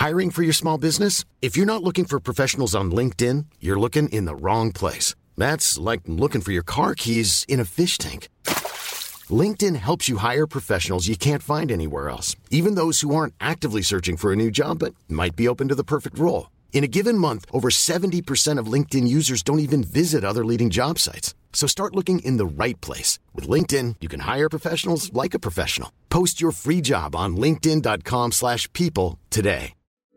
Hiring for your small business? If you're not looking for professionals on LinkedIn, you're looking in the wrong place. That's like looking for your car keys in a fish tank. LinkedIn helps you hire professionals you can't find anywhere else, even those who aren't actively searching for a new job but might be open to the perfect role. In a given month, over 70% of LinkedIn users don't even visit other leading job sites. So start looking in the right place. With LinkedIn, you can hire professionals like a professional. Post your free job on linkedin.com/people today.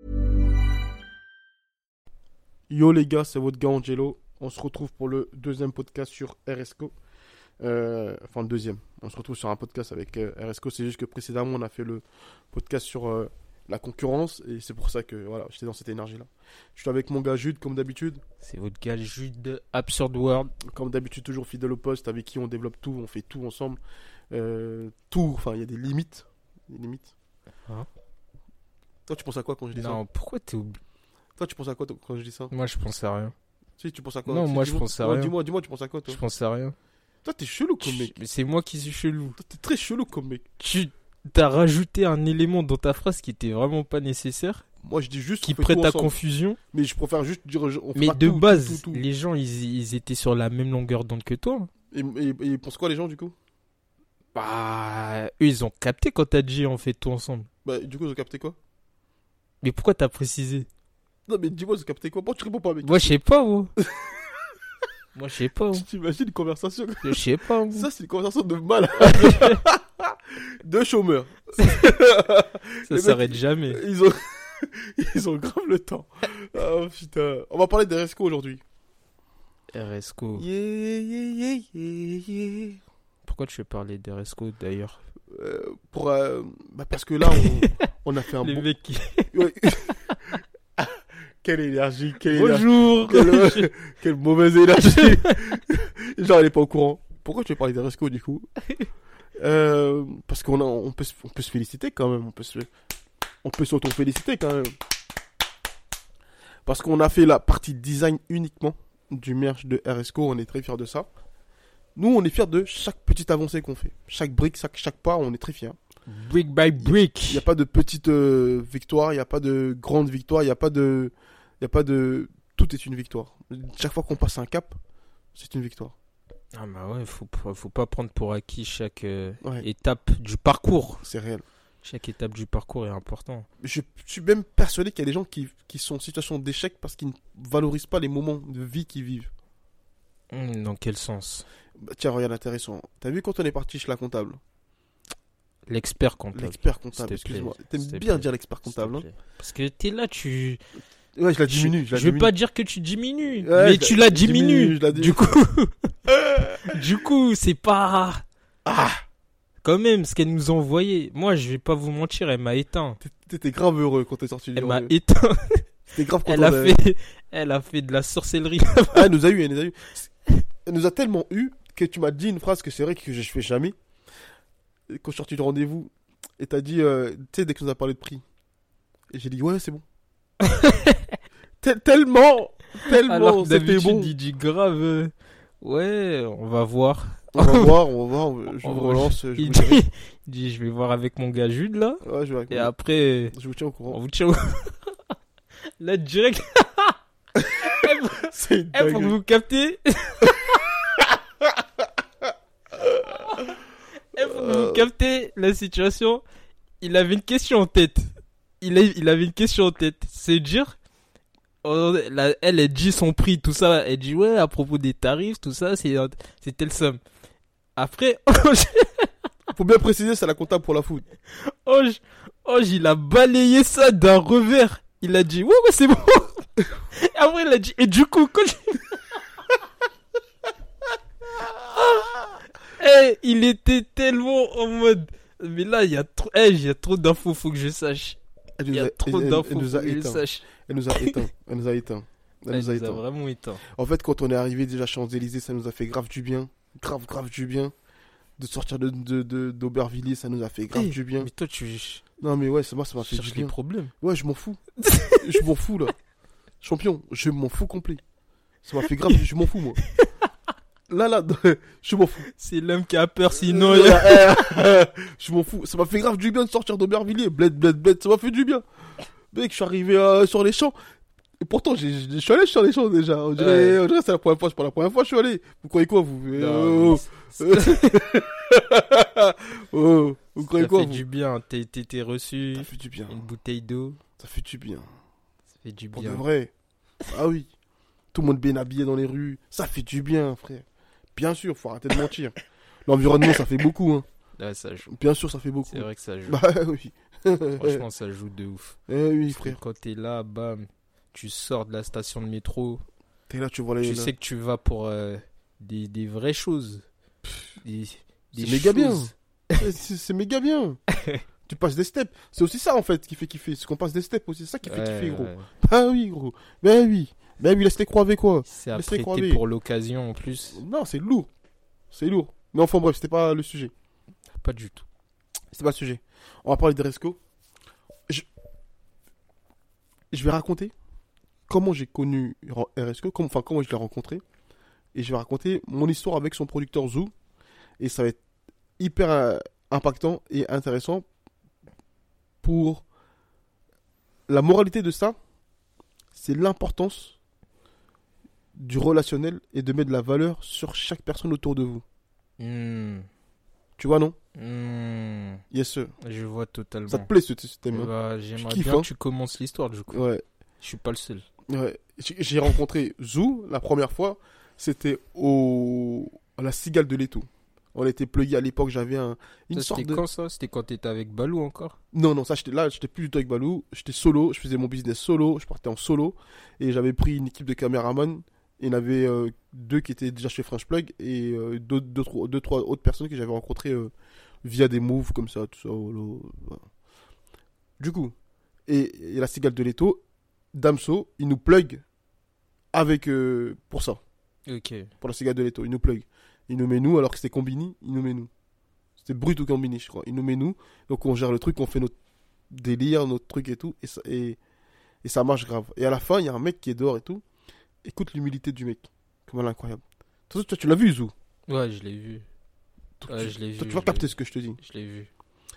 Yo les gars, c'est votre gars Angelo. On se retrouve pour le deuxième podcast sur RSCO. Enfin le deuxième. On se retrouve sur un podcast avec RSCO. C'est juste que précédemment on a fait le podcast sur la concurrence. Et c'est pour ça que voilà, j'étais dans cette énergie-là. Je suis avec mon gars Jude comme d'habitude. C'est votre gars Jude de Absurd World. Comme d'habitude, toujours fidèle au poste, avec qui on développe tout, on fait tout ensemble. Tout, enfin il y a des limites. Des limites. Hein? Toi tu penses à quoi quand je dis ça? Non, pourquoi t'es oublié? Toi tu penses à quoi quand je dis ça? Moi je pense à rien. Si, tu penses à quoi? Non, moi je dis-moi, pense à rien. Dis-moi, tu penses à quoi toi? Je pense à rien. Toi t'es chelou comme mec. Mais c'est moi qui suis chelou. Toi t'es très chelou comme mec. Tu t'as rajouté un élément dans ta phrase qui était vraiment pas nécessaire. Moi je dis juste Qui on fait prête tout à ensemble. confusion. Mais je préfère juste dire on Mais fera de tout, base, tout. les gens ils étaient sur la même longueur d'onde que toi. Et ils pensent quoi les gens du coup? Bah, eux ils ont capté quand t'as dit on fait tout ensemble. Bah du coup ils ont capté quoi? Mais pourquoi t'as précisé? Non mais dis-moi ils ont capté quoi? Pourquoi tu réponds pas mec? Moi je sais pas, moi. Moi je sais pas. Tu t'imagines une conversation? Je sais pas. Ça c'est une conversation de malade. De chômeurs. Ça s'arrête jamais. Ils ont grave le temps. Oh putain. On va parler des RSCO aujourd'hui. RSCO. Yeah. Pourquoi tu veux parler d'RSCO d'ailleurs? Parce que là on a fait un Les bon... mecs qui... Ouais. Quelle énergie, Bonjour. quelle mauvaise énergie. Genre elle est pas au courant. Pourquoi tu veux parler des RSCO du coup? Parce on peut se féliciter quand même. On peut s'auto-féliciter quand même. Parce qu'on a fait la partie design uniquement du merch de RSCO. On est très fiers de ça. Nous on est fiers de chaque petite avancée qu'on fait. Chaque brique, chaque pas, on est très fiers. Brick by brick. Il n'y a pas de petite victoire, il n'y a pas de grande victoire, il n'y a pas de... Tout est une victoire. Chaque fois qu'on passe un cap, c'est une victoire. Ah bah ouais, faut pas prendre pour acquis chaque étape du parcours. C'est réel. Chaque étape du parcours est important. Je suis même persuadé qu'il y a des gens qui sont en situation d'échec parce qu'ils ne valorisent pas les moments de vie qu'ils vivent. Dans quel sens? Bah, tiens, regarde, intéressant. T'as vu quand on est parti chez la comptable? L'expert comptable. L'expert comptable, S'il te plaît, excuse-moi. T'aimes s'il te bien plaît, dire l'expert comptable, hein? Parce que t'es là, tu... Ouais, je la diminue. Je veux pas dire que tu diminues, Ouais, mais tu la diminues. je la diminue. Du coup, c'est pas... Ah! Quand même, ce qu'elle nous a envoyé. Moi, je vais pas vous mentir, elle m'a éteint. T'étais grave heureux quand t'es sorti du Elle m'a journée. éteint. T'étais grave content. Elle a fait de la sorcellerie. Ah, elle nous a eu. Elle nous a tellement eu que tu m'as dit une phrase que c'est vrai que je fais jamais. Quand je suis sorti du rendez-vous, et t'as dit, tu sais, dès que nous a parlé de prix. Et j'ai dit, ouais, c'est bon. tellement, Alors c'était bon. il dit grave, ouais, on va voir. On va voir, je vous relance. Il dit, je vais voir avec mon gars Jude là. Ouais, je vais Et après, je vous tiens au courant. on vous tient au... Là, direct. C'est une Faut que dinguerie. vous captez. Faut que vous captez la situation. Il avait une question en tête. Il avait une question en tête. C'est dire, elle dit son prix, tout ça. Elle dit, ouais, à propos des tarifs, tout ça, c'est telle somme. Après, Faut bien préciser, c'est la comptable pour la foot. il a balayé ça d'un revers. Il a dit, ouais, c'est bon. Et après, il a dit, et du coup, il était tellement en mode, mais là, il y a trop d'infos, faut que je sache. Il y a trop d'infos, faut que je sache. Elle nous a éteint. Elle nous a vraiment éteint. En fait, quand on est arrivé déjà à Champs-Élysées, ça nous a fait grave du bien. Grave du bien. De sortir d'Aubervilliers, ça nous a fait grave du bien. Mais toi, Non, mais ouais, moi, ça m'a fait du cherches bien. les problèmes. Ouais, je m'en fous. Je m'en fous, là. Champion, je m'en fous complet. Ça m'a fait grave, je m'en fous, moi. Là, je m'en fous. C'est l'homme qui a peur, sinon... Je m'en fous. Ça m'a fait grave du bien de sortir d'Aubervilliers. Bled, ça m'a fait du bien. Mec, je suis arrivé sur les champs. Et pourtant, je suis allé sur les champs déjà. On dirait c'est la première fois. C'est pas la première fois que je suis allé. Vous croyez quoi, vous? Non, Vous croyez ça quoi, fait vous? du bien. T'es reçu. Ça fait du bien. Une bouteille d'eau. Ça fait du bien. Ça fait du Pour de bien. vrai. Ah oui. Tout le monde bien habillé dans les rues. Ça fait du bien, frère. Bien sûr, faut arrêter de mentir. L'environnement, ça fait beaucoup. Hein. Ouais, ça joue. Bien sûr, ça fait beaucoup. C'est vrai que ça joue. Bah oui. Franchement, ça joue de ouf. Oui, Parce que frère. quand t'es là, bam, tu sors de la station de métro. T'es là, tu vois les. Tu sais que tu vas pour des vraies choses. Des C'est méga bien. choses. C'est méga bien. Tu passes des steps. C'est aussi ça, en fait, qui fait kiffer. C'est qu'on passe des steps aussi. C'est ça qui fait kiffer, gros. Ouais. Bah oui, gros. Ben oui. Ben oui, laisse-les croire avec quoi. C'est Laisse-les apprêté croiser. pour l'occasion en plus. Non, c'est lourd. C'est lourd. Mais enfin, bref, c'était pas le sujet. Pas du tout. C'était pas le sujet. On va parler de Resco. Je vais raconter comment j'ai connu RSCO, comment je l'ai rencontré. Et je vais raconter mon histoire avec son producteur Zou. Et ça va être hyper impactant et intéressant pour la moralité de ça. C'est l'importance du relationnel et de mettre de la valeur sur chaque personne autour de vous. Tu vois, non? Yes, sir. Je vois totalement. Ça te plaît ce thème, hein? Bah, j'aimerais kiffes, bien hein? que tu commences l'histoire du coup. Ouais. Je suis pas le seul. Ouais. J'ai rencontré Zou la première fois. C'était à la Cigale de Leto. On était plugués à l'époque. J'avais une Ça, sorte c'était de. quand ça? C'était quand t'étais avec Balou encore? Non, ça, j'étais plus du tout avec Balou. J'étais solo. Je faisais mon business solo. Je partais en solo. Et j'avais pris une équipe de caméramans. Il y en avait 2 qui étaient déjà chez French Plug. Et 2-3 autres personnes que j'avais rencontrées via des moves comme ça. Tout ça. Voilà. Du coup, et la Cigale de Leto, Damso, il nous plug avec. Pour ça. Ok. Pour la Cigale de Leto. Il nous plug. Il nous met nous, alors que c'était Combini, il nous met nous. C'était Brut ou Combini, je crois. Il nous met nous. Donc on gère le truc, on fait notre délire, notre truc et tout. Et ça marche grave. Et à la fin, il y a un mec qui est dehors et tout. Écoute l'humilité du mec. Comment elle est incroyable. Toi, tu l'as vu, Zou? Ouais, je l'ai vu. Ouais, je l'ai vu. Toi, tu vas capter ce que je te dis. Je l'ai vu.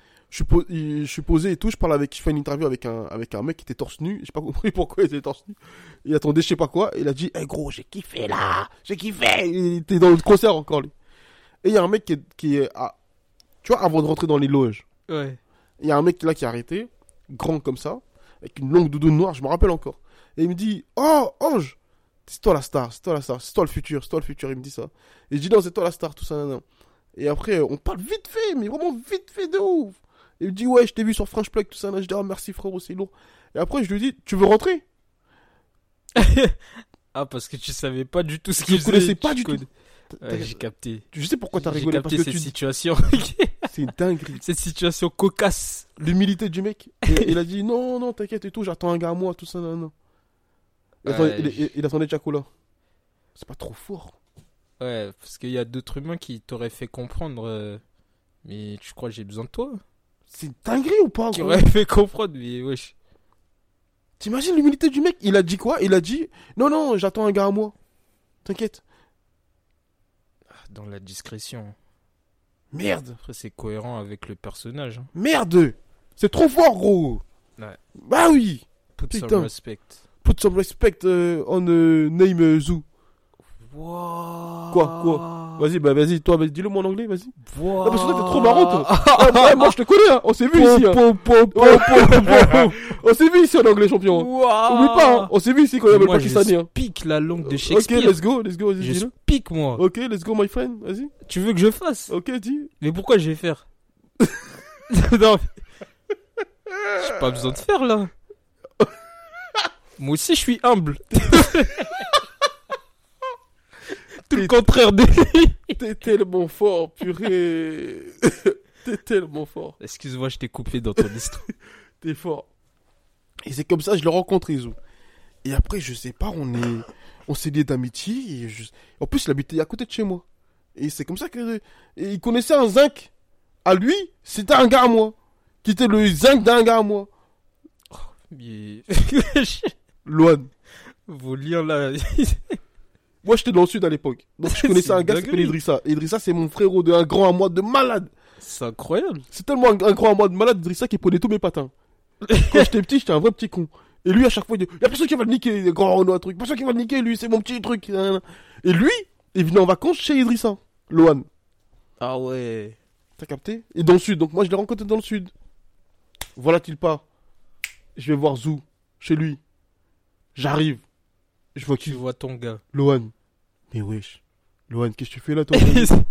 Je suis posé et tout. Je fais une interview avec un mec qui était torse nu. J'ai pas compris pourquoi il était torse nu. Il attendait je sais pas quoi. Et il a dit, gros, j'ai kiffé là. J'ai kiffé. Il était dans le concert encore, lui. Et il y a un mec qui est tu vois, avant de rentrer dans les loges. Ouais. Il y a un mec là qui est arrêté, grand comme ça, avec une longue doudoune noire, je me rappelle encore. Et il me dit, oh, Ange, c'est toi la star, c'est toi le futur, il me dit ça. Et je dis, non, c'est toi la star, tout ça, nan, nan. Et après, on parle vite fait, mais vraiment vite fait de ouf. Et il me dit, ouais, je t'ai vu sur French Plug, tout ça, nan. Je dis, ah, merci frérot, c'est lourd. Et après, je lui dis, tu veux rentrer? Ah, parce que tu savais pas du tout ce Je qu'il ne faisait. connaissais pas du tout. Ouais, j'ai capté. Je sais pourquoi t'as J'ai rigolé, capté parce que cette tu... situation. C'est une dinguerie. Cette situation cocasse. L'humilité du mec. Et il a dit, non, t'inquiète et tout, j'attends un gars à moi, tout ça, nan, nan. Il attendait Chacola. C'est pas trop fort. Ouais, parce qu'il y a d'autres humains qui t'auraient fait comprendre. Mais tu crois que j'ai besoin de toi? C'est une dinguerie ou pas, Qui gros? aurait fait comprendre, mais wesh. T'imagines l'humilité du mec? Il a dit quoi? Il a dit, non, j'attends un gars à moi. T'inquiète. Dans la discrétion. Merde. Après, c'est cohérent avec le personnage. Hein. Merde. C'est trop fort, gros. Ouais. Bah oui. Put Putain. some respect. Put some respect on name Zoo. Wow. Quoi? Vas-y, toi, dis-le moi en anglais, vas-y. Wow. Ah, parce que toi, t'es trop marrant, toi. Moi, je te connais, hein. On s'est vu ici, hein. On s'est vu ici en anglais, champion. Wow. Oublie pas, hein. On s'est vu ici quand il y avait le Moi, Pakistanais, hein. je speak la langue de Ok, Shakespeare. let's go, vas-y, Je dis-le. speak, moi. Ok, let's go, my friend, vas-y. Tu veux que je fasse? Ok, dis. Mais pourquoi je vais faire? Non. J'ai pas besoin de faire, là. Moi aussi, je suis humble. Tout le contraire de lui. T'es tellement fort, purée. T'es tellement fort. Excuse-moi, je t'ai coupé dans ton histoire. T'es fort. Et c'est comme ça que je l'ai rencontré, Zou. Et après, je sais pas, on s'est liés d'amitié. En plus, il habitait à côté de chez moi. Et c'est comme ça que... Et il connaissait un zinc. À lui, c'était un gars à moi. Qui était le zinc d'un gars à moi. Mais... Loan. Vos liens, là... Moi, j'étais dans le sud à l'époque. Donc, je connaissais un gars qui s'appelait Idrissa. Et Idrissa, c'est mon frérot un grand à moi de malade. C'est incroyable. C'est tellement un grand à moi de malade, Idrissa, qui prenait tous mes patins. Quand j'étais petit, j'étais un vrai petit con. Et lui, à chaque fois, il dit, y a personne qui va le niquer, grand Renault, un truc. Personne qui va le niquer, lui, c'est mon petit truc. Et lui, il venait en vacances chez Idrissa, Lohan. Ah ouais. T'as capté? Et dans le sud, donc moi, je l'ai rencontré dans le sud. Voilà-t-il pas. Je vais voir Zou, chez lui. J'arrive. Je vois Tu qui? vois ton gars. Lohan. Mais wesh. Lohan, qu'est-ce que tu fais là, toi?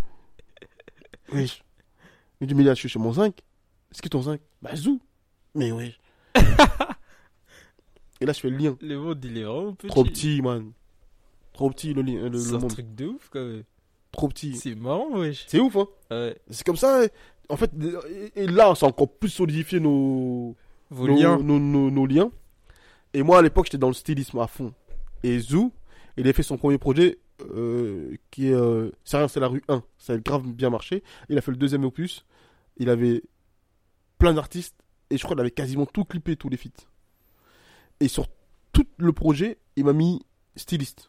Wesh. Il dit, mais là, je suis chez mon zinc. Est-ce que ton zinc? Bah, Zou. Mais wesh. Et là, je fais le lien. Le monde, il est vraiment petit. Trop petit, man. Trop petit, le C'est un monde. truc de ouf, quand même. Trop petit. C'est marrant, wesh. C'est ouf, hein. Ouais. C'est comme ça. En fait, et là, c'est encore plus solidifié Vos liens. nos liens. Et moi, à l'époque, j'étais dans le stylisme à fond. Et Zou, il a fait son premier projet qui est C'est rien, c'est la rue 1. Ça a grave bien marché. Il a fait le deuxième opus. Il avait plein d'artistes. Et je crois qu'il avait quasiment tout clippé, tous les feats. Et sur tout le projet, il m'a mis styliste.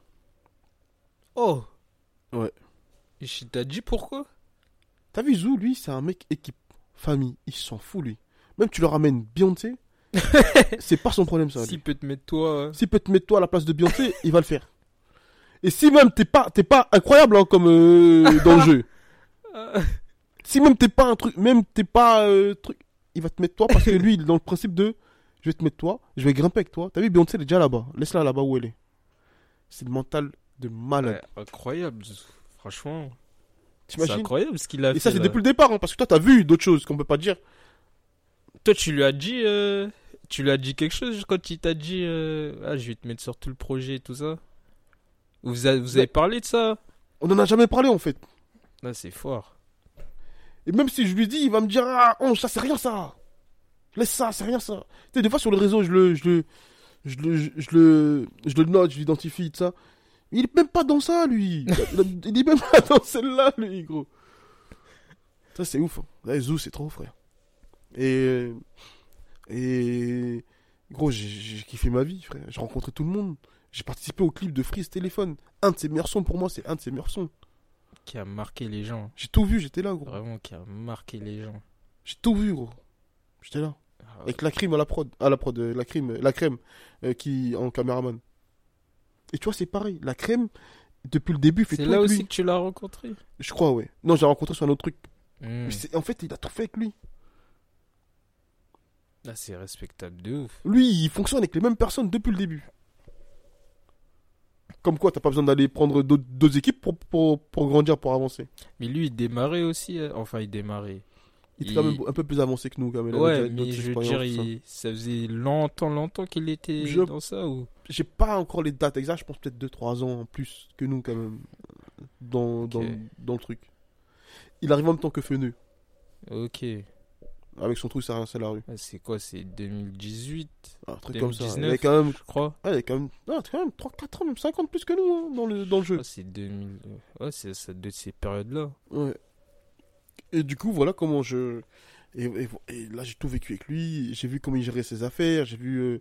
Oh. Ouais. Et t'a dit pourquoi? T'as vu Zou, lui, c'est un mec équipe, famille. Il s'en fout, lui. Même tu le ramènes Beyoncé, c'est pas son problème, ça. S'il peut te mettre toi. S'il peut te mettre toi à la place de Beyoncé, il va le faire. Et si même t'es pas incroyable hein, comme dans le jeu. Si même t'es pas un truc, même t'es pas truc, il va te mettre toi parce que lui, il est dans le principe de, je vais te mettre toi, je vais grimper avec toi. T'as vu Beyoncé, elle est déjà là-bas. Laisse-la là-bas où elle est. C'est le mental de malade. Ouais, incroyable. Franchement. C'est T'imagines? incroyable ce qu'il a fait. Et ça, c'est là. depuis le départ, hein, parce que toi, t'as vu d'autres choses qu'on peut pas dire. Toi, tu lui as dit. Tu lui as dit quelque chose quand il t'a dit. Ah, je vais te mettre sur tout le projet et tout ça. Vous avez parlé de ça? On en a jamais parlé en fait. Là, c'est fort. Et même si je lui dis, il va me dire ah, Ange, ça c'est rien ça. Laisse ça, c'est rien ça. Tu sais, des fois sur le réseau, je le note, je l'identifie, tout ça. Il est même pas dans ça, lui. Il est même pas dans celle-là, lui, gros. Ça, c'est ouf. Hein. Là, Zou, c'est trop, frère. Et gros, j'ai kiffé ma vie, frère. J'ai rencontré tout le monde. J'ai participé au clip de Freeze Téléphone. Un de ses meilleurs sons, pour moi, c'est un de ses meilleurs sons. Qui a marqué les gens. J'ai tout vu, j'étais là, gros. Vraiment, qui a marqué les gens. J'ai tout vu, gros. J'étais là. Ah ouais. Avec la crème la crème qui en caméraman. Et tu vois, c'est pareil. La crème, depuis le début, fait C'est tout là avec aussi lui. que tu l'as rencontré. Je crois, ouais. Non, j'ai rencontré sur un autre truc. Hmm. Mais en fait, il a tout fait avec lui. Là, c'est respectable de ouf. Lui, il fonctionne avec les mêmes personnes depuis le début. Comme quoi, t'as pas besoin d'aller prendre d'autres équipes pour grandir, pour avancer. Mais lui, il démarrait aussi. Enfin, il démarrait. Il était quand même un peu plus avancé que nous, quand même. Il avait Ouais, déjà mais d'autres je veux expériences, dire, tout ça. ça faisait longtemps qu'il était Je- dans ça ou... J'ai pas encore les dates exactes, je pense peut-être 2-3 ans en plus que nous, quand même. Dans le truc. Il arrive en même temps que Feneux. Ok. Avec son truc, ça rien, c'est la rue. Ah, c'est quoi, c'est 2018, Un truc comme ça. Il 2019, avait quand même. je crois. Ouais, il avait quand même. Non, quand même 3-4 ans, même 50 plus que nous, hein, dans le jeu. Ah, c'est 2000... Ouais, c'est ça de ces périodes-là. Ouais. Et du coup, voilà comment je. Et là, j'ai tout vécu avec lui. J'ai vu comment il gérait ses affaires. J'ai vu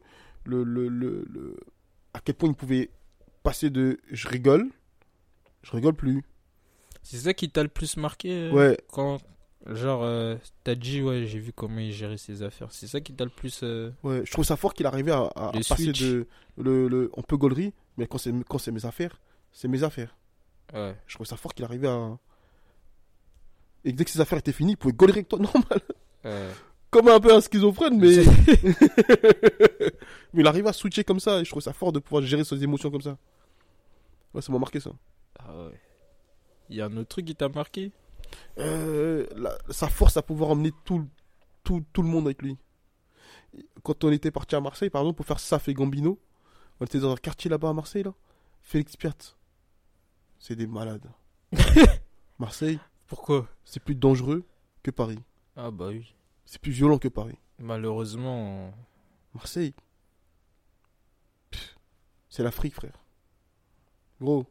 à quel point il pouvait passer de je rigole plus. C'est ça qui t'a le plus marqué Ouais. quand, genre, t'as dit, ouais, j'ai vu comment il gérait ses affaires. C'est ça qui t'a le plus... Ouais. Je trouve ça fort qu'il arrivait à Le passer switch. de. On peut gaulerie, mais quand c'est mes affaires, c'est mes affaires. Ouais. Je trouve ça fort qu'il arrivait à. Et dès que ses affaires étaient finies, il pouvait gaulerie avec toi normal. Comme un peu un schizophrène, mais. Mais il arrive à switcher comme ça, et je trouve ça fort de pouvoir gérer ses émotions comme ça. Ouais, ça m'a marqué ça. Ah ouais. Il y a un autre truc qui t'a marqué? Sa force à pouvoir emmener tout le monde avec lui. Quand on était parti à Marseille, par exemple, pour faire Saf et Gambino, on était dans un quartier là-bas à Marseille, là. Félix Piat. C'est des malades. Marseille, Pourquoi? c'est plus dangereux que Paris. Ah bah oui. C'est plus violent que Paris. Malheureusement... Marseille, c'est l'Afrique, frère. Gros.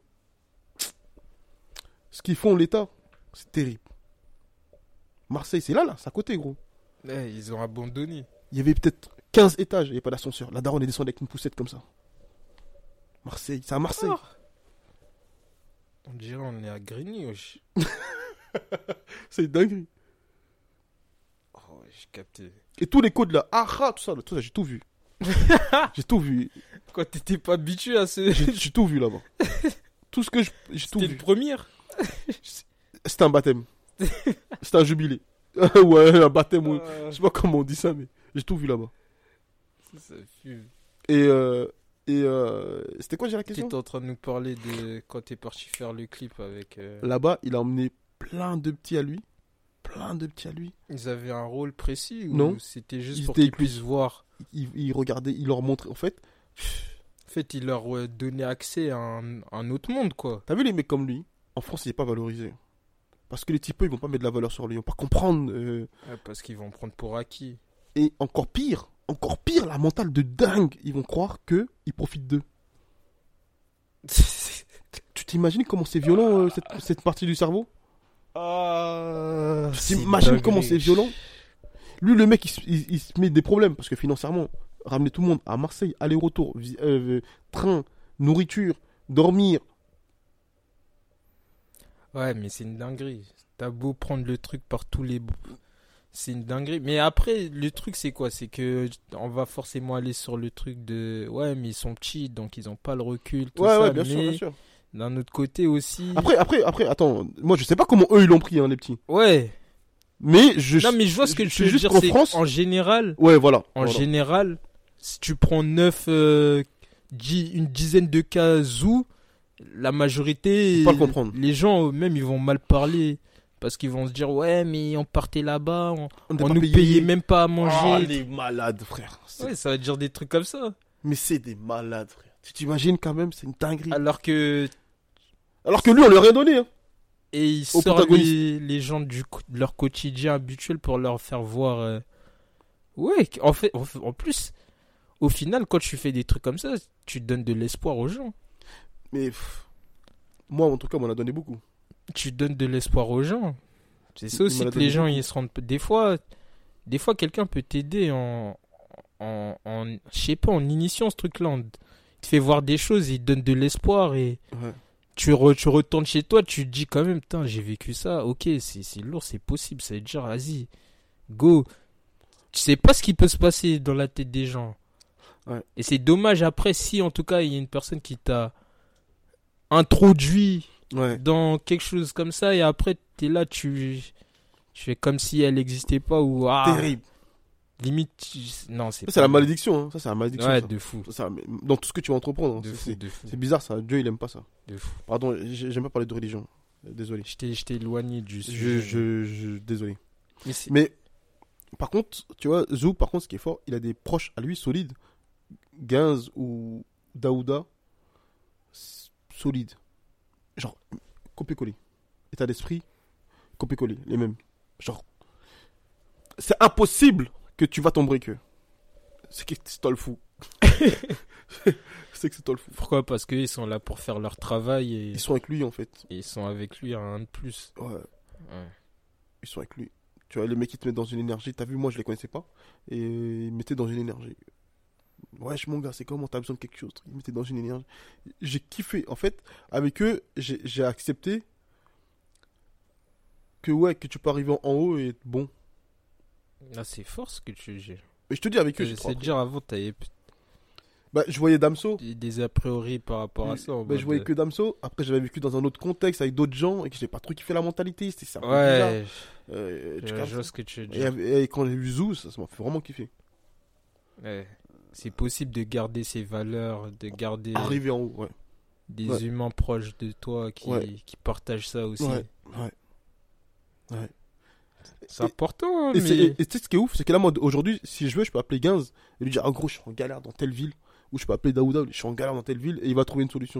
Ce qu'ils font, l'État, c'est terrible. Marseille, c'est là, c'est à côté, gros. Ouais, ils ont abandonné. Il y avait peut-être 15 étages, il n'y avait pas d'ascenseur. La daronne est descendue avec une poussette comme ça. Marseille, c'est à Marseille. Ah. On dirait on est à Grigny, wesh. C'est dingue. Oh, ouais, j'ai capté. Et tous les codes là, tout ça, j'ai tout vu. J'ai tout vu. Quand t'étais pas habitué à ce. J'ai tout vu là-bas. Tout ce que j'ai tout C'était vu. le premier. C'était un baptême. C'était un jubilé. Ouais, un baptême. Ouais. Je sais pas comment on dit ça, mais j'ai tout vu là-bas. Ça fume. Et c'était quoi, j'ai la question? T'étais en train de nous parler de quand t'es parti faire le clip avec. Là-bas, il a emmené plein de petits à lui. Ils avaient un rôle précis ou Non. c'était juste Ils pour étaient qu'ils avec lui. puissent voir? Il regardait, il leur montrait. En fait, En fait, il leur donnait accès à un autre monde, quoi. t'as vu les mecs comme lui? En France, il est pas valorisé. Parce que les types, ils vont pas mettre de la valeur sur lui. Ils vont pas comprendre. Ouais, parce qu'ils vont prendre pour acquis. Et encore pire, la mentale de dingue. Ils vont croire que ils profitent d'eux. Tu t'imagines comment c'est violent, cette partie du cerveau? Tu t'imagines comment c'est violent? Lui, le mec, il se met des problèmes. Parce que financièrement, ramener tout le monde à Marseille, aller-retour, train, nourriture, dormir. Ouais, mais c'est une dinguerie. T'as beau prendre le truc par tous les bouts. C'est une dinguerie. Mais après, le truc, c'est quoi? C'est que on va forcément aller sur le truc de... Ouais, mais ils sont petits, donc ils ont pas le recul, tout ça. Ouais, bien mais sûr. d'un autre côté aussi... Après, attends. Moi, je sais pas comment eux, ils l'ont pris, hein, les petits. Ouais. Mais Non, mais je vois ce que tu veux juste dire. qu'en C'est France... en général... Ouais, voilà. Général, si tu prends 9, une dizaine de cas où la majorité, Faut pas le comprendre. les gens eux-mêmes, ils vont mal parler. Parce qu'ils vont se dire, ouais, mais on partait là-bas, on nous payait même pas à manger. Oh, les malades, frère. Ouais, ça va dire des trucs comme ça. Mais c'est des malades, frère. Tu t'imagines quand même, c'est une dinguerie. Alors que lui, on lui a rien donné. Hein. Et ils Au sortent protagoniste. les gens de leur quotidien habituel pour leur faire voir. Ouais, en fait, en plus, au final, quand tu fais des trucs comme ça, tu donnes de l'espoir aux gens. Mais moi, en tout cas, on m'en a donné beaucoup. Tu donnes de l'espoir aux gens. C'est ça Il aussi m'en a que donné les gens, beaucoup. ils se rendent. Des fois, quelqu'un peut t'aider je sais pas, en initiant ce truc-là. Il te fait voir des choses, il te donne de l'espoir et. Ouais. Tu retournes chez toi, tu te dis quand même, putain, j'ai vécu ça, ok, c'est lourd, c'est possible, ça veut dire, vas-y, go. Tu sais pas ce qui peut se passer dans la tête des gens. Ouais. Et c'est dommage après, si en tout cas, il y a une personne qui t'a introduit Ouais. dans quelque chose comme ça, et après, t'es là, tu fais comme si elle n'existait pas, ou Terrible. limite, non, Ça, c'est la malédiction. Hein. Ça, c'est la malédiction. Ouais, ça. de fou. Ça, mais dans tout ce que tu vas entreprendre. De hein, fou, de fou. c'est bizarre, ça. Dieu, il aime pas ça. De fou. Pardon, j'aime pas parler de religion. Désolé. Je t'ai éloigné du sujet. Désolé. Mais c'est- Mais par contre, tu vois, Zou, par contre, ce qui est fort, il a des proches à lui solides. Gains ou Daouda, solides. Genre, copier-coller. État d'esprit, copier-coller, les mêmes. Genre, c'est impossible que tu vas tomber avec eux. C'est que c'est toi le fou. C'est que c'est toi le fou. Pourquoi? Parce qu'ils sont là pour faire leur travail et Ils sont avec lui, en fait. ils sont avec lui à un de plus. Ouais. Ouais. Ils sont avec lui. Tu vois, les mecs, ils te mettent dans une énergie. T'as vu, moi, je les connaissais pas. Et ils me mettaient dans une énergie. Wesh, mon gars, c'est comment? T'as besoin de quelque chose? Ils me mettaient dans une énergie. J'ai kiffé. En fait, avec eux, j'ai accepté que, ouais, que tu peux arriver en haut et être bon. Là, c'est fort ce que tu dis. Mais je te dis, avec eux, j'ai trop J'essaie de dire avant, t'avais Bah, je voyais Damso. des a priori par rapport à ça. en Bah, je mode voyais de- que Damso. Après, j'avais vécu dans un autre contexte avec d'autres gens et que j'ai pas trop kiffé la mentalité. C'était un peu bizarre. Ouais, Tu je captes vois ce que tu veux et, dire. et quand j'ai vu Zou, ça m'a fait vraiment kiffer. Ouais. C'est possible de garder ses valeurs, de garder Arriver en haut, ouais. des Ouais. humains proches de toi Ouais. qui partagent ça aussi. Ouais. Ouais. C'est important, Et mais... tu sais ce qui est ouf, c'est que là, moi, aujourd'hui, si je veux, je peux appeler Gains et lui dire, ah gros, je suis en galère dans telle ville. Ou je peux appeler Daouda, je suis en galère dans telle ville, et il va trouver une solution.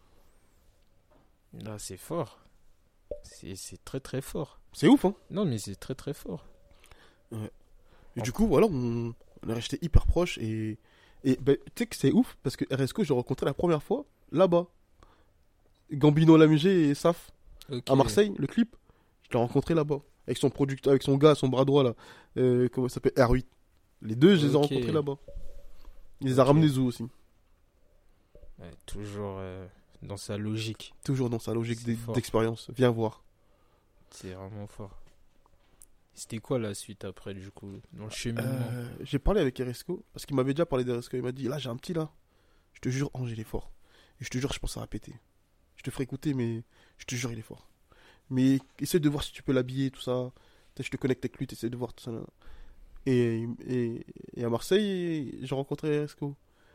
Là, c'est fort. C'est très très fort. C'est ouf, hein. Non, mais c'est très très fort. Et du coup, voilà, on est resté hyper proches. Et ben, tu sais que c'est ouf, parce que RSCO, je l'ai rencontré la première fois là-bas. Gambino Lamugé et Saf, Ok. à Marseille, le clip, je l'ai rencontré là-bas. Avec son producteur, avec son gars, son bras droit, là. Comment ça s'appelle? R8. Les deux, je les ai Ok. rencontrés là-bas. Il les a Ok. ramenés Zou aussi. Ouais, toujours dans sa logique. Toujours dans sa logique C'est fort. d'expérience. Viens voir. C'est vraiment fort. C'était quoi la suite après, du coup, dans le cheminement? J'ai parlé avec Eresco, parce qu'il m'avait déjà parlé d'Eresco. Il m'a dit, là, j'ai un petit là. Je te jure, Ange, il est fort. Et je te jure, je pense à répéter. Je te ferai écouter, mais je te jure, il est fort. Mais essaie de voir si tu peux l'habiller, tout ça. Peut-être je te connecte avec lui, essaie de voir tout ça. Là. Et à Marseille, j'ai rencontré Eresco.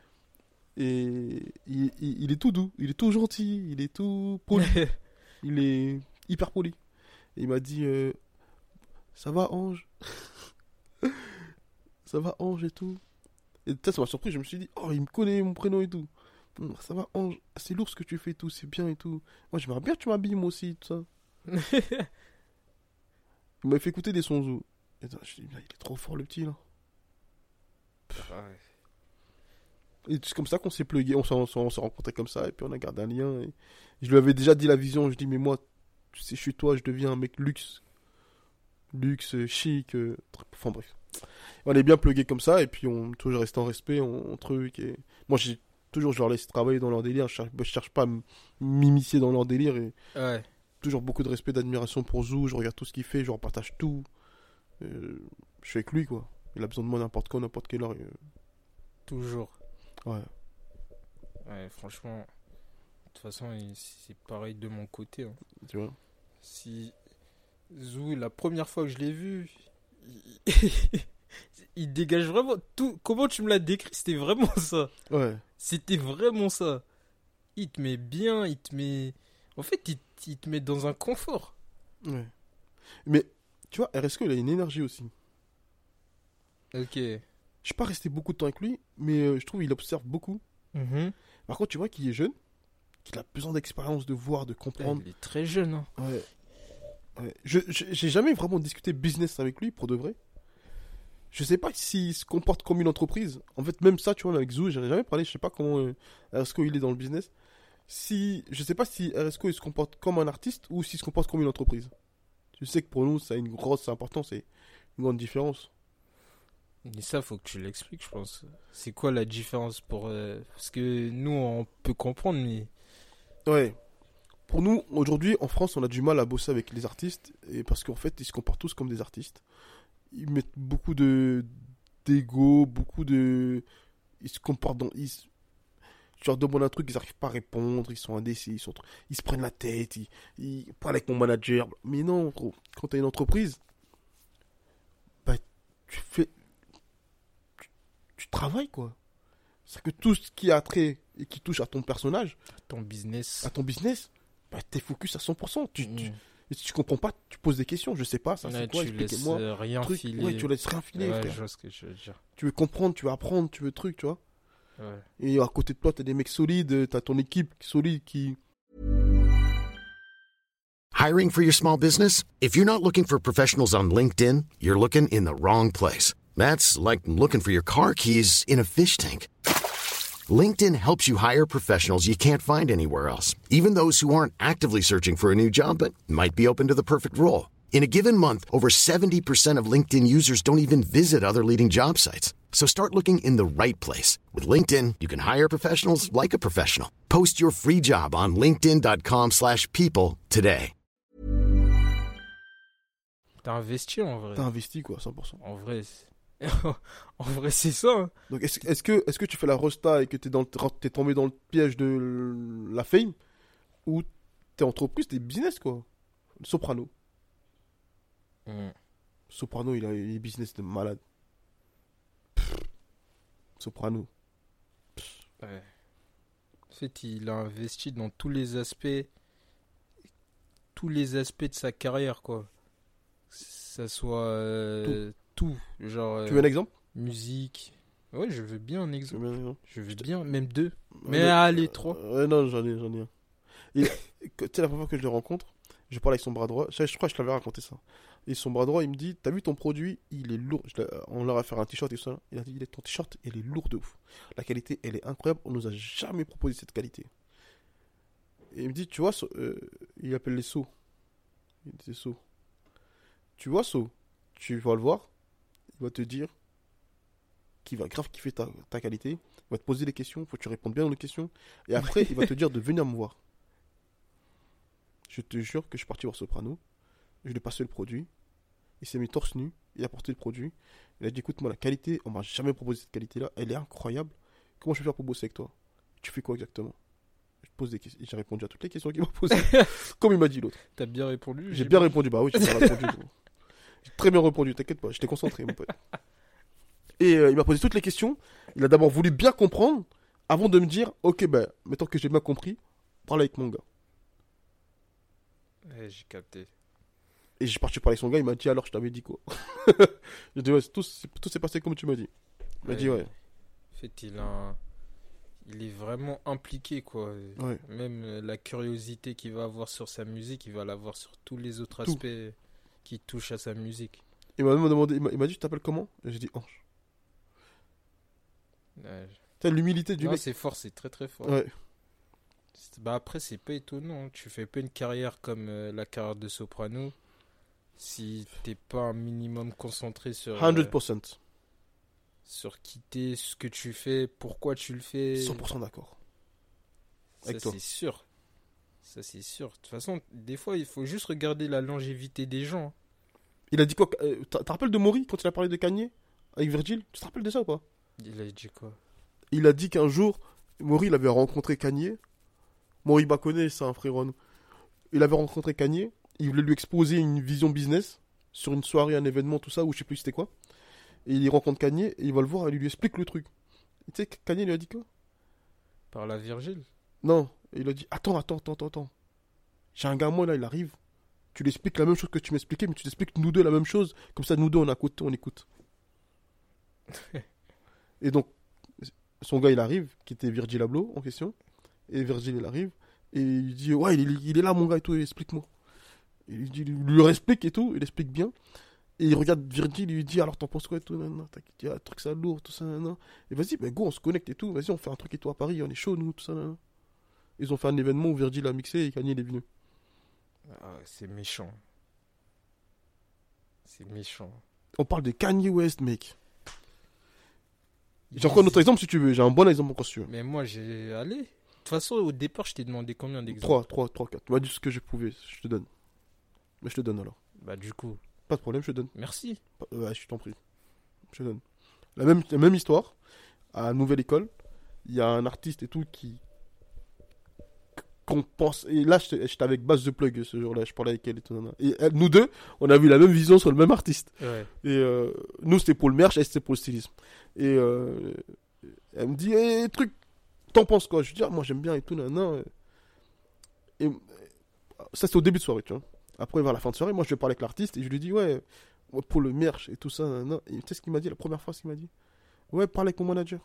Et il est tout doux, il est tout gentil, il est tout poli. Il est hyper poli. Et il m'a dit, ça va, Ange? Ça va, Ange et tout. Et peut-être ça m'a surpris, je me suis dit, oh, il me connaît mon prénom et tout. Ça va, Ange, c'est lourd ce que tu fais et tout, c'est bien et tout. Moi, j'aimerais bien que tu m'habilles moi aussi, tout ça. Il m'a fait écouter des sons Zou. Et je me suis dit, il est trop fort le petit là. Ouais. Et c'est comme ça qu'on s'est plugué, on s'est rencontrés comme ça, et puis on a gardé un lien. Et je lui avais déjà dit la vision, je dis, mais moi, tu sais, je suis toi, je deviens un mec luxe. Luxe, chic, enfin bref. On est bien plugués comme ça, et puis on toujours resté en respect, on truc. Et... Moi, je leur laisse travailler dans leur délire, je cherche pas à m'immiscer dans leur délire. Et Ouais. toujours beaucoup de respect, d'admiration pour Zou, je regarde tout ce qu'il fait, je leur partage tout. Je suis avec lui, quoi. Il a besoin de moi n'importe quand, n'importe quelle heure. Toujours. Ouais. Ouais, franchement. De toute façon, c'est pareil de mon côté. Hein. Tu vois. Si Zou, la première fois que je l'ai vu, il dégage vraiment tout. Comment tu me l'as décrit, c'était vraiment ça. Ouais. C'était vraiment ça. Il te met bien, il te met... En fait, il te met dans un confort. Ouais. Mais, tu vois, RSK, il a une énergie aussi. Ok. Je suis pas resté beaucoup de temps avec lui, mais je trouve qu'il observe beaucoup. Par contre, tu vois qu'il est jeune, qu'il a besoin d'expérience, de voir, de comprendre. Il est très jeune. Hein. Ouais. Ouais. J'ai jamais vraiment discuté business avec lui, pour de vrai. Je sais pas s'il se comporte comme une entreprise. En fait, même ça, tu vois, avec Zou, j'en ai jamais parlé. Je sais pas comment RSK il est dans le business. Je sais pas si RSK il se comporte comme un artiste ou s'il se comporte comme une entreprise. Tu sais que pour nous, ça a une grosse importance et une grande différence. Et ça, faut que tu l'expliques, je pense. C'est quoi la différence pour... Parce que nous, on peut comprendre, mais... Ouais. Pour nous, aujourd'hui, en France, on a du mal à bosser avec les artistes. Et parce qu'en fait, ils se comportent tous comme des artistes. Ils mettent beaucoup d'ego, beaucoup de... Ils se comportent dans... Tu leur demandes un truc, ils n'arrivent pas à répondre, ils sont indécis, ils se prennent la tête, ils parlent avec mon manager. Mais non, gros, quand tu as une entreprise, bah, tu travailles, quoi. C'est que tout ce qui a trait et qui touche à ton personnage, Ton business. à ton business, bah, t'es focus à 100%. Et si tu comprends pas, tu poses des questions. Je sais pas, ça Ouais, c'est quoi, tu laisses expliquez-moi. rien Truc. filer. Ouais, tu laisses rien filer, Ouais, frère. je vois ce que je veux dire. Tu veux comprendre, tu veux apprendre, tu veux truc, tu vois. Ouais. Et à côté de toi, t'as des mecs solides, t'as ton équipe solide qui... Hiring for your small business? If you're not looking for professionals on LinkedIn, you're looking in the wrong place. That's like looking for your car keys in a fish tank. LinkedIn helps you hire professionals you can't find anywhere else, even those who aren't actively searching for a new job but might be open to the perfect role. In a given month, over 70% of LinkedIn users don't even visit other leading job sites. So start looking in the right place. With LinkedIn, you can hire professionals like a professional. Post your free job on linkedin.com/people today. T'as investi en vrai. T'as investi, quoi, 100%. En vrai, en vrai, c'est ça. Hein. Donc est-ce que tu fais la rosta et que t'es tombé dans le piège de la fame, ou t'es entreprise, t'es business, quoi. Soprano. Soprano, il est business de malade. Soprano. Ouais. En fait, il a investi dans tous les aspects de sa carrière, quoi. Que ça soit tout. Genre, Tu veux un exemple? musique. Ouais, je veux bien un Tu exemple. veux un exemple? Je veux bien, même deux. Mais Ouais, allez, trois. Non, j'en ai un. Tu sais, la première fois que je le rencontre, je parle avec son bras droit. Je crois que je t'avais raconté ça. Et son bras droit, il me dit, t'as vu ton produit, il est lourd. On leur a fait un t-shirt et tout ça. Il a dit, ton t-shirt, il est lourd de ouf. La qualité, elle est incroyable. On nous a jamais proposé cette qualité. Et il me dit, tu vois, il appelle les sauts. Il dit sauts. Tu vois, sauts, tu vas le voir. Il va te dire qu'il va grave kiffer ta qualité. Il va te poser des questions. Faut que tu répondes bien aux questions. Et après, il va te dire de venir me voir. Je te jure que je suis parti voir Soprano. Je lui ai passé le produit. Il s'est mis torse nu, il a porté le produit. Il a dit écoute, moi, la qualité, on m'a jamais proposé cette qualité-là, elle est incroyable. Comment je vais faire pour bosser avec toi? Tu fais quoi exactement? Je te pose des questions. J'ai répondu à toutes les questions qu'il m'a posées. Comme il m'a dit l'autre. T'as bien répondu. J'ai bien répondu, bah oui, j'ai bien répondu. J'ai très bien répondu, t'inquiète pas, j'étais concentré, mon pote. Et il m'a posé toutes les questions. Il a d'abord voulu bien comprendre avant de me dire ok, ben, maintenant que j'ai bien compris, parle avec mon gars. Ouais, j'ai capté. Et j'ai parti parler avec son gars, il m'a dit alors je t'avais dit quoi? J'ai dit ouais, tout s'est passé comme tu m'as dit. Il m'a dit ouais. En fait, il est vraiment impliqué, quoi. Ouais. Même la curiosité qu'il va avoir sur sa musique, il va l'avoir sur tous les autres Tout. aspects qui touchent à sa musique. Il m'a même demandé, il m'a dit tu t'appelles comment? Et j'ai dit Ange. Ouais. T'as l'humilité du Non, mec. c'est fort, c'est très très fort. Ouais. Bah après, c'est pas étonnant. Tu fais pas une carrière comme la carrière de Soprano si t'es pas un minimum concentré sur 100%. sur qui t'es, ce que tu fais, pourquoi tu le fais. 100% d'accord. Avec Ça, toi. c'est sûr. Ça, c'est sûr. De toute façon, des fois, il faut juste regarder la longévité des gens. Il a dit quoi? T'as rappelles de Maury quand il a parlé de Kanye avec Virgil? Tu te rappelles de ça ou pas? Il a dit quoi? Il a dit qu'un jour, Maury il avait rencontré Kanye. Maury Bakone, c'est un frère à nous. Il avait rencontré Kanye. Il voulait lui exposer une vision business sur une soirée, un événement, tout ça, ou je sais plus c'était quoi. Et il rencontre Kanye et il va le voir et il lui explique le truc. Et tu sais, Kanye lui a dit quoi? Par la Virgile? Non. Et il a dit attends. J'ai un gamin là, il arrive. Tu lui expliques la même chose que tu m'expliquais, mais tu t'expliques nous deux la même chose. Comme ça, nous deux, on écoute. Et donc, son gars, il arrive, qui était Virgil Abloh en question. Et Virgil, il arrive. Et il dit ouais, il est là, mon gars, et tout, explique-moi. Et il lui explique et tout, il explique bien. Et il regarde Virgil, il lui dit alors t'en penses quoi et tout, nanana, t'as dit un truc ça lourd, tout ça, nanana. Et vas-y, ben go, on se connecte et tout, vas-y, on fait un truc et tout à Paris, on est chaud, nous, tout ça, nanana. Ils ont fait un événement où Virgil a mixé et Kanye il est venu. Ah, c'est méchant. C'est méchant. On parle de Kanye West, mec. J'ai encore un autre exemple si tu veux, j'ai un bon exemple encore si tu veux. Mais moi, j'ai... Allez. De toute façon, au départ, je t'ai demandé combien d'exemples. 3, 4. Tu m'as dit ce que je pouvais, je te donne. Mais je te donne alors. Bah, du coup, Pas de problème, je te donne. merci. Ouais, je t'en prie. Je te donne. La même histoire, à la nouvelle école, il y a un artiste et tout qu'on pense. Et là, j'étais avec Bass The Plug ce jour-là, je parlais avec elle et tout. Nanana. Et nous deux, on a vu la même vision sur le même artiste. Ouais. Et nous, c'était pour le merch, elle, c'était pour le stylisme. Et elle me dit, truc, t'en penses quoi? Je lui dis, ah, moi j'aime bien et tout, nanana. Et ça, c'est au début de soirée, tu vois. Après, vers la fin de soirée, moi je vais parler avec l'artiste et je lui dis, ouais, pour le merch et tout ça, nanana. Et tu sais ce qu'il m'a dit, la première phrase qu'il m'a dit? Ouais, parle avec mon manager.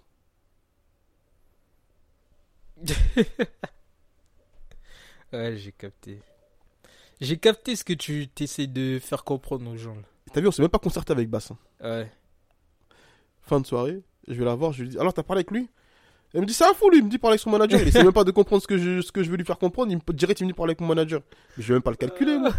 Ouais, j'ai capté. J'ai capté ce que tu t'essayes de faire comprendre aux gens, là. Et t'as vu, on s'est même pas concerté avec Bass. Hein. Ouais. Fin de soirée, je vais la voir, je lui dis, alors t'as parlé avec lui? Elle me dit, c'est un fou lui, il me dit parler avec son manager, il essaie même pas de comprendre ce que je veux lui faire comprendre, il me direct il me dit parler avec mon manager. Mais je vais même pas le calculer, moi.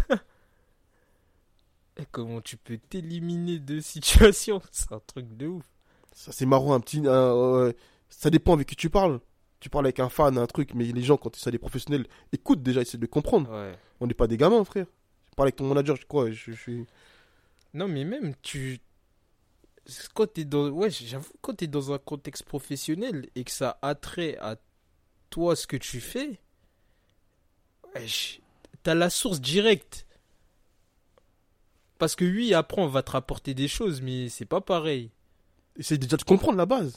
Et comment tu peux t'éliminer de situations? C'est un truc de ouf. Ça c'est marrant, ça dépend avec qui tu parles. Tu parles avec un fan, un truc, mais les gens, quand ils sont des professionnels, écoutent déjà, essaient de comprendre. Ouais. On n'est pas des gamins, frère. Je parle avec ton manager, je crois, je suis... Non, mais même, quand t'es dans... Ouais, j'avoue, quand t'es dans un contexte professionnel et que ça a trait à toi, ce que tu fais, wesh, t'as la source directe. Parce que lui, après, on va te rapporter des choses, mais c'est pas pareil. Essaye déjà de comprendre la base.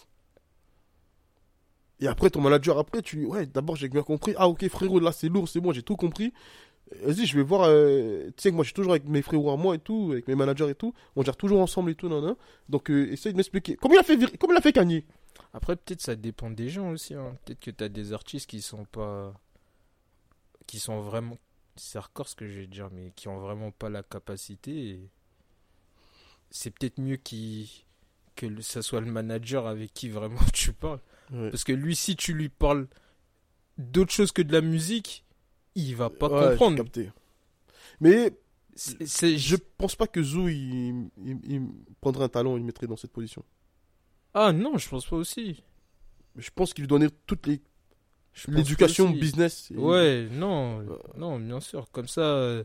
Et après, ton manager, après, tu dis, ouais, d'abord, j'ai bien compris. Ah, ok, frérot, là, c'est lourd, c'est bon, j'ai tout compris. Vas-y, je vais voir. Tu sais que moi, je suis toujours avec mes frérots à moi et tout, avec mes managers et tout. On gère toujours ensemble et tout, nan, nan. Donc, essaye de m'expliquer. Comment il a fait Kanye? Après, peut-être ça dépend des gens aussi. Hein. Peut-être que t'as des artistes qui sont pas... Qui sont vraiment... C'est hardcore ce que je vais dire, mais qui ont vraiment pas la capacité. Et... C'est peut-être mieux que ça soit le manager avec qui vraiment tu parles. Ouais. Parce que lui, si tu lui parles d'autre chose que de la musique, il va pas Ouais, comprendre. j'ai capté. Mais Je... je pense pas que Zou, il prendrait un talent et il mettrait dans cette position. Ah non, je pense pas aussi. Je pense qu'il lui donnait toute Je pense l'éducation pas aussi. business. Ouais, non, non, bien sûr. Comme ça,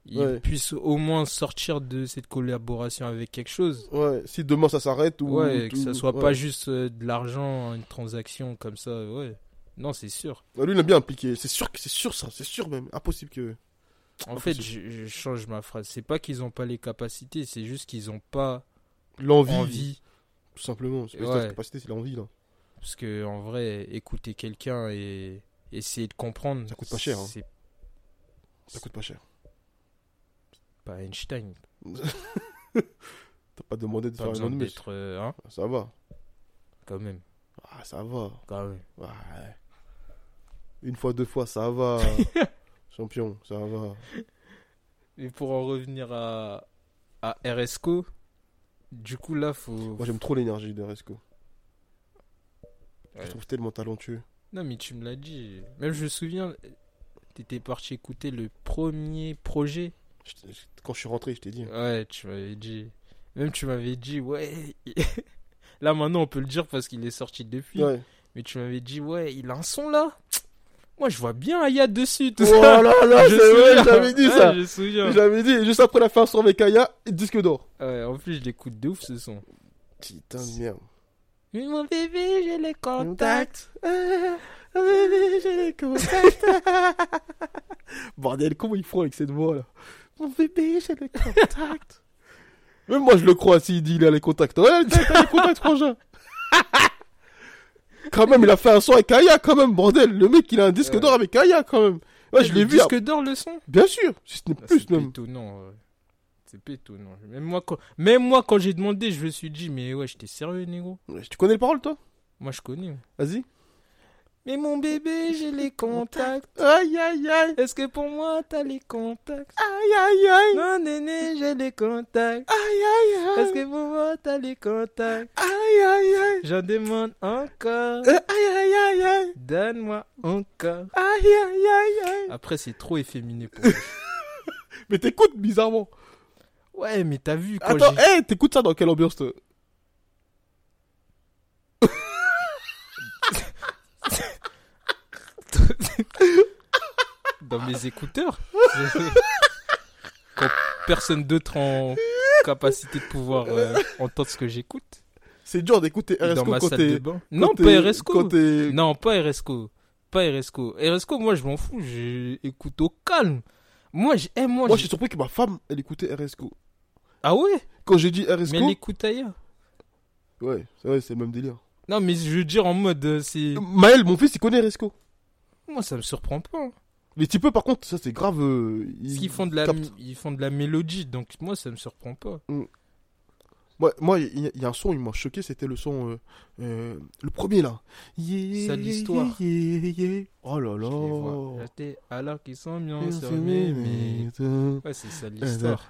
ils puissent au moins sortir de cette collaboration avec quelque chose. Ouais, si demain ça s'arrête ou... Ouais, que ça soit ouais. pas juste de l'argent, une transaction comme ça, ouais. Non, c'est sûr. Ouais, lui, il est bien impliqué. C'est sûr ça, c'est sûr même. Impossible que... En fait, je change ma phrase. C'est pas qu'ils ont pas les capacités, c'est juste qu'ils ont pas L'envie, envie. tout simplement. C'est pas Ouais. la capacité, c'est l'envie, là. Parce que en vrai, écouter quelqu'un et essayer de comprendre, Ça coûte pas cher, hein. C'est Ça coûte pas cher. pas Einstein. T'as pas demandé de Pas faire besoin une autre d'être, hein, Ça va. quand même. Ah, ça va. Quand même. Ouais. Une fois, 2 fois, ça va. Champion, ça va. Et pour en revenir à RSCO, du coup là, faut. Moi, j'aime trop l'énergie de Resco. Ouais. Je trouve tellement talentueux. Non, mais tu me l'as dit. Même je me souviens, t'étais parti écouter le premier projet. Quand je suis rentré, je t'ai dit. Ouais, tu m'avais dit. Même tu m'avais dit, ouais. Là maintenant, on peut le dire parce qu'il est sorti depuis. Ouais. Mais tu m'avais dit, ouais, il a un son là. Moi, je vois bien Aya dessus, tout Oh ça. là là, Je c'est vrai, souviens. j'avais dit Ouais, ça. je me souviens. J'avais dit, juste après la fin sur avec Aya, disque d'or. Ouais, en plus, je l'écoute de ouf ce son. Putain de merde. Oui, mon bébé, j'ai les contacts. Bébé, j'ai les contacts. Bordel, comment ils font avec cette voix là? Mon bébé, j'ai les contacts. Même moi, je le crois s'il dit il a les contacts. Ouais, t'as les contacts, frangin. Quand même, il a fait un son avec Aya, quand même, bordel. Le mec, il a un disque d'or avec Aya, quand même. Ouais, je l'ai vu. Disque d'or le son. Bien sûr, si ce n'est Ah, plus c'est même. étonnant. C'est pas étonnant. Même moi, quand j'ai demandé, je me suis dit, mais ouais, j'étais sérieux, négro. Ouais, tu connais les paroles, toi? Moi, je connais. Vas-y. Mais mon bébé, j'ai les contacts. Aïe, aïe, aïe. Est-ce que pour moi, t'as les contacts? Aïe, aïe, aïe. Non, néné, j'ai les contacts. Aïe, aïe, Est-ce aïe. que pour moi, t'as les contacts? Aïe, aïe, aïe. J'en demande encore. Aïe, aïe, aïe, aïe. Donne-moi encore. Aïe, aïe, aïe, aïe. Après, c'est trop efféminé pour moi. Mais t'écoutes bizarrement. Ouais, mais t'as vu quand Attends, t'écoutes ça dans quelle ambiance, toi? dans mes écouteurs. Quand personne d'autre en capacité de pouvoir entendre ce que j'écoute. C'est dur d'écouter Dans RSCO ma quand salle de t'es... bain. quand Non, t'es- pas RSCO. Quand t'es... Non, pas RSCO. Pas RSCO. RSCO, moi, je m'en fous. J'écoute au calme. Moi, Moi, je suis surpris que ma femme, elle écoutait RSCO. Ah ouais? Quand j'ai dit Mais RSCO... elle écoute ailleurs. Ouais, c'est vrai, c'est le même délire. Non, mais je veux dire en mode, c'est... Maël, mon fils, il connaît RSCO. Moi, ça me surprend pas. Hein. Les petits peu, par contre, ça, c'est grave... Parce qu'ils font ils font de la mélodie, donc moi, ça me surprend pas. Moi, il y a un son, il m'a choqué, c'était le son... le premier, là. Yeah, Ça, l'histoire. yeah, yeah. Oh là là. Je les vois. J'étais alors qu'ils sont mignons sur mes... Ouais, c'est ça l'histoire.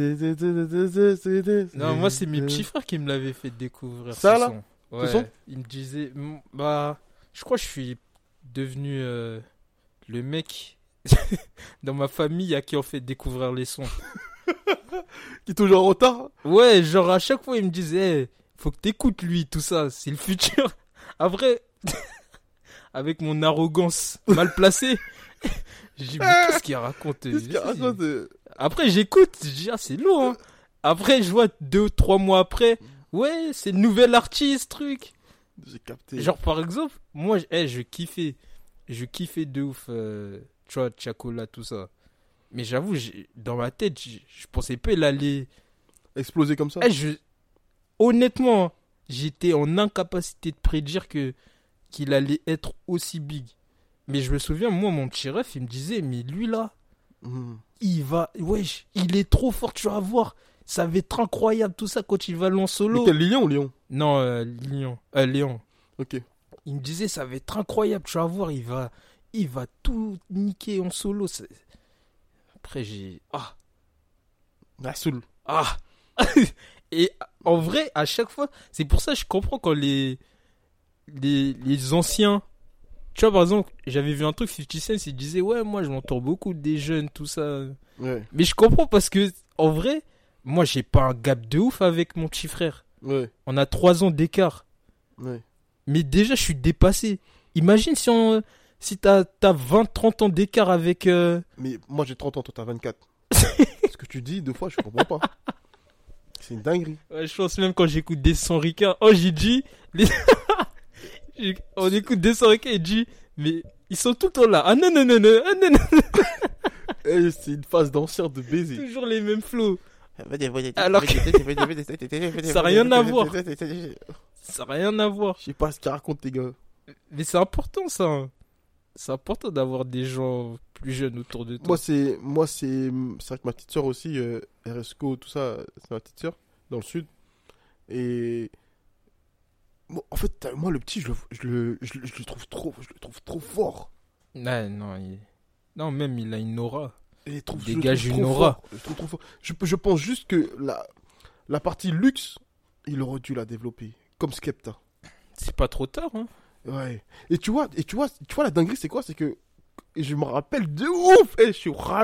Non, moi, c'est mes petits frères qui me l'avaient fait découvrir Ça, ce là son. Ce Ouais, son ils me disaient... Bah, je crois que je suis devenu le mec dans ma famille à qui on fait découvrir les sons. Qui est toujours en retard. Ouais, genre à chaque fois, ils me disaient, hey, faut que t'écoutes lui, tout ça, c'est le futur. Après, avec mon arrogance mal placée, j'ai dit, mais qu'est-ce qu'il raconte? Qu'est-ce qu'il raconte Après, j'écoute, je dis, ah, c'est lourd, hein. Après, je vois 2-3 mois après, ouais, c'est le nouvel artiste, truc. J'ai capté. Genre, par exemple, moi, je kiffais de ouf, tu vois, Chacola, tout ça. Mais j'avoue, dans ma tête, je pensais pas il allait... Exploser comme ça. Honnêtement, j'étais en incapacité de prédire qu'il allait être aussi big. Mais je me souviens, moi, mon petit ref, il me disait, mais lui là, wesh, il est trop fort, tu vas voir. Ça va être incroyable tout ça quand il va aller en solo. Mais quel Lyon ou Lyon? Non, Léon. Ok. Il me disait, ça va être incroyable, tu vas voir, il va tout niquer en solo. Après, j'ai... Soul. Et en vrai, à chaque fois, c'est pour ça que je comprends quand les anciens... Tu vois, par exemple, j'avais vu un truc, 50 Cent, il disait, ouais, moi, je m'entends beaucoup des jeunes, tout ça. Ouais. Mais je comprends parce que, en vrai, moi, j'ai pas un gap de ouf avec mon petit frère. Ouais. On a 3 ans d'écart. Ouais. Mais déjà, je suis dépassé. Imagine si t'as 20-30 ans d'écart avec... Mais moi j'ai 30 ans, toi t'as 24. Ce que tu dis, deux fois, je comprends pas. C'est une dinguerie. Ouais, je pense même quand j'écoute des sons ricains. Oh, j'ai dit. On écoute des sons ricains et dit. Mais ils sont tout le temps là. Ah non, non, non, non. Ah non, non. Eh, c'est une phase danseur de baiser. Toujours les mêmes flows. Alors que ça n'a rien à voir. Ça n'a rien à voir. Je sais pas ce qu'ils racontent, les gars. Mais c'est important ça. Hein. C'est important d'avoir des gens plus jeunes autour de toi. C'est vrai que ma petite soeur aussi, RSCO, tout ça, c'est ma petite soeur, dans le sud. Et moi, en fait, moi, le petit, je le trouve trop fort. Ouais, non, non, même il a une aura. Et Il dégage une aura. Je le trouve trop fort. Je pense juste que la partie luxe, il aurait dû la développer, comme Skepta. C'est pas trop tard, hein. Ouais. Et tu vois, la dinguerie, c'est quoi? C'est que et je me rappelle de ouf. Je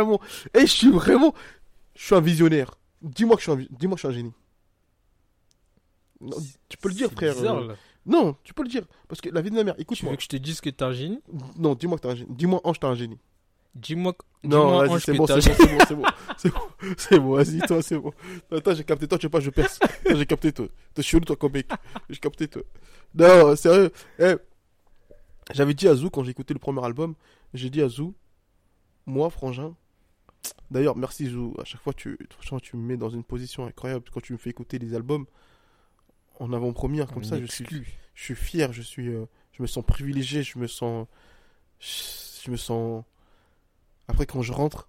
suis un visionnaire. Dis-moi que je suis un génie. Non, tu peux le dire, frère. Bizarre, là. Non, tu peux le dire. Parce que la vie de ma mère, Tu écoute-moi. veux que je te dise que t'es un génie? Non, dis-moi que t'es un génie. Dis-moi, Ange, t'es un génie. Dis-moi Non, vas-y, Ange, c'est que bon, t'es un c'est génie. bon, c'est bon, c'est bon. C'est bon, vas-y, toi, c'est bon. Attends, j'ai capté, toi, tu veux pas, je perce. Toi, j'ai capté, toi. T'es chelou, toi, comme mec. J'ai capté, toi. Non, sérieux. J'avais dit à Zou, quand j'ai écouté le premier album, j'ai dit à Zou, moi, frangin. D'ailleurs, merci Zou. À chaque fois, franchement, tu me mets dans une position incroyable quand tu me fais écouter les albums en avant-première, comme ça, je suis fier, je me sens privilégié, je me sens. Après, quand je rentre,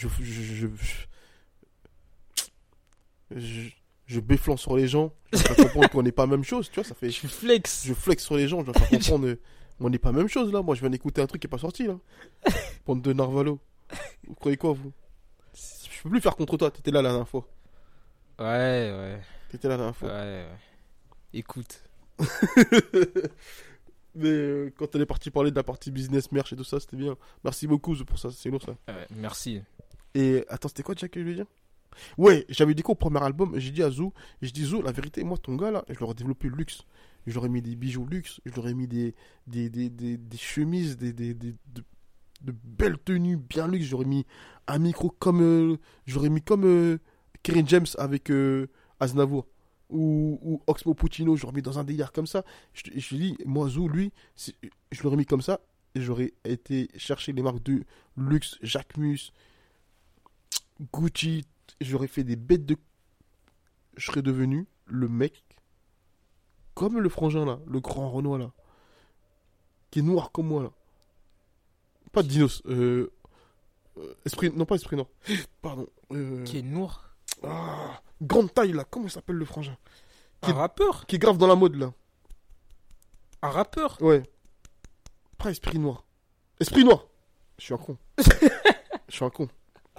je béflance sur les gens, je dois comprendre qu'on n'est pas la même chose, tu vois, ça fait. Je flex. Je flex sur les gens, je dois faire comprendre. On n'est pas la même chose là, moi je viens d'écouter un truc qui est pas sorti là. Bande de Narvalo. Vous croyez quoi vous? Je peux plus faire contre toi, t'étais là la dernière fois. Ouais. T'étais là la dernière fois. Ouais. Écoute. Mais quand elle est partie parler de la partie business, merch et tout ça, c'était bien. Merci beaucoup Zou, pour ça, c'est lourd ça. Ouais, merci. Et attends, c'était quoi déjà que je voulais dire? Ouais, j'avais dit quoi au premier album, j'ai dit à Zou, et je dis Zou, la vérité, moi ton gars là, je l'aurais développé le luxe. Je leur ai mis des bijoux luxe, je leur ai mis des chemises, de belles tenues bien luxe. J'aurais mis un micro comme. J'aurais mis comme Kerry James avec Aznavour ou Oxmo Puccino. J'aurais mis dans un délire comme ça. Je dis, moi, Zou, lui, je l'aurais mis comme ça et j'aurais été chercher les marques de luxe, Jacquemus, Gucci. J'aurais fait des bêtes de. Je serais devenu le mec. Comme le frangin là, le grand Renoir là. Qui est noir comme moi là. Pas Dinos. Esprit. Non, pas Esprit Noir. Pardon. Qui est noir. Grande taille là. Comment il s'appelle le frangin? Un rappeur? Qui est grave dans la mode là. Un rappeur? Ouais. Pas Esprit Noir. Esprit Noir! Je suis un con. Je suis un con.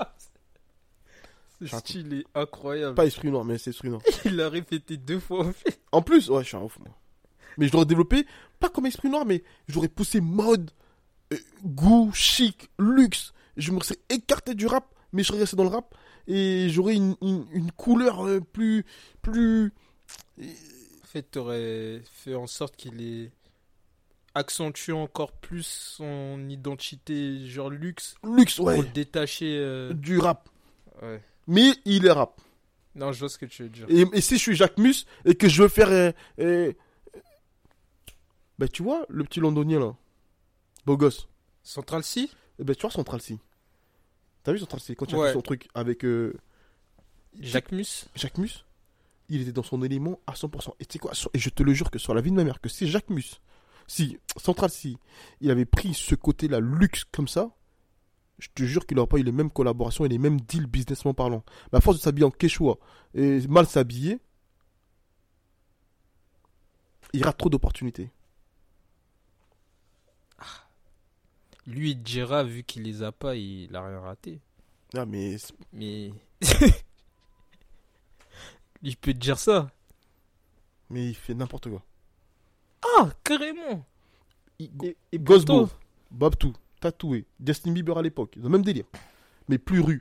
Ce style est incroyable. Pas Esprit Noir, mais c'est Esprit Noir. Il l'a répété 2 fois en fait. En plus, ouais, je suis un ouf moi. Mais je l'aurais développé, pas comme Esprit Noir, mais j'aurais poussé mode, goût, chic, luxe. Je me serais écarté du rap, mais je serais resté dans le rap. Et j'aurais une couleur plus. En fait, t'aurais fait en sorte qu'il ait accentué encore plus son identité, genre luxe, Luxe, ouais. pour le détacher. Du rap. Ouais. Mais il est rap. Non, je vois ce que tu veux dire. Et si je suis Jacques Mus et que je veux faire. Bah, tu vois, le petit londonien là. Beau gosse. Central C? Eh ben, tu vois Central C. T'as vu Central C quand il a Ouais. fait son truc avec Jacques Mus? Jacques Mus? Il était dans son élément à 100%. Et tu sais quoi? Et je te le jure que sur la vie de ma mère, que si Jacques Mus, si Central C, il avait pris ce côté-là luxe comme ça, je te jure qu'il n'aurait pas eu les mêmes collaborations et les mêmes deals businessment parlant. Mais à force de s'habiller en quechua et mal s'habiller, il rate trop d'opportunités. Lui, il te dira, vu qu'il les a pas, il a rien raté. Ah, mais. Mais. Il peut te dire ça. Mais il fait n'importe quoi. Ah, carrément. Et Gosbo, pourtant- Babtou, tatoué, Justin Bieber à l'époque, dans le même délire. Mais plus rue.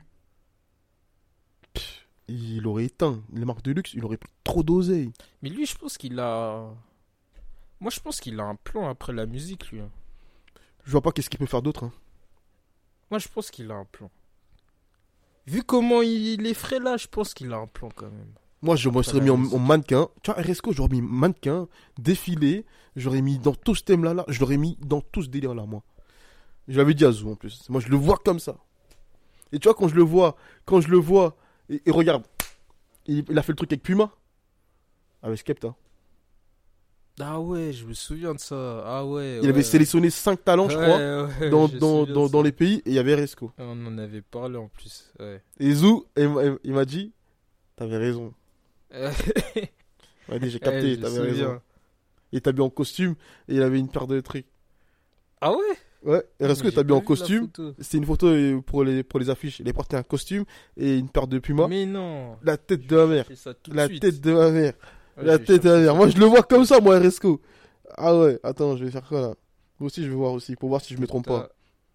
Il aurait éteint les marques de luxe, il aurait pris trop d'oseille. Mais lui, je pense qu'il a. Moi, je pense qu'il a un plan après la musique, lui. Je vois pas qu'est-ce qu'il peut faire d'autre. Hein. Moi, je pense qu'il a un plan. Vu comment il est frais là, je pense qu'il a un plan quand même. Moi, je me serais mis en mannequin. Tu vois, RSCO, j'aurais mis mannequin, défilé. J'aurais mis dans tout ce thème-là. Je l'aurais mis dans tout ce délire-là, moi. Je l'avais dit à Zou en plus. Moi, je le vois comme ça. Et tu vois, quand je le vois, et regarde, il a fait le truc avec Puma. Avec Skepta. Ah ouais, je me souviens de ça. Ah ouais. Il avait sélectionné 5 talents, je crois, dans les pays, et il y avait RSCO. On en avait parlé en plus. Ouais. Et Zou, il m'a dit, t'avais raison. Il m'a dit, j'ai capté, t'avais raison. Il était habillé en costume, et il avait une paire de trucs. Ah ouais? Ouais, RSCO est habillé en costume. C'est une photo pour les affiches. Il est porté un costume et une paire de Puma. Mais non. La tête de ma mère. La tête de ma mère. La tête de ma mère. Moi, je le vois comme ça, moi, RSCO. Ah ouais, attends, je vais faire quoi là? Moi aussi, je vais voir aussi, pour voir si je me trompe pas.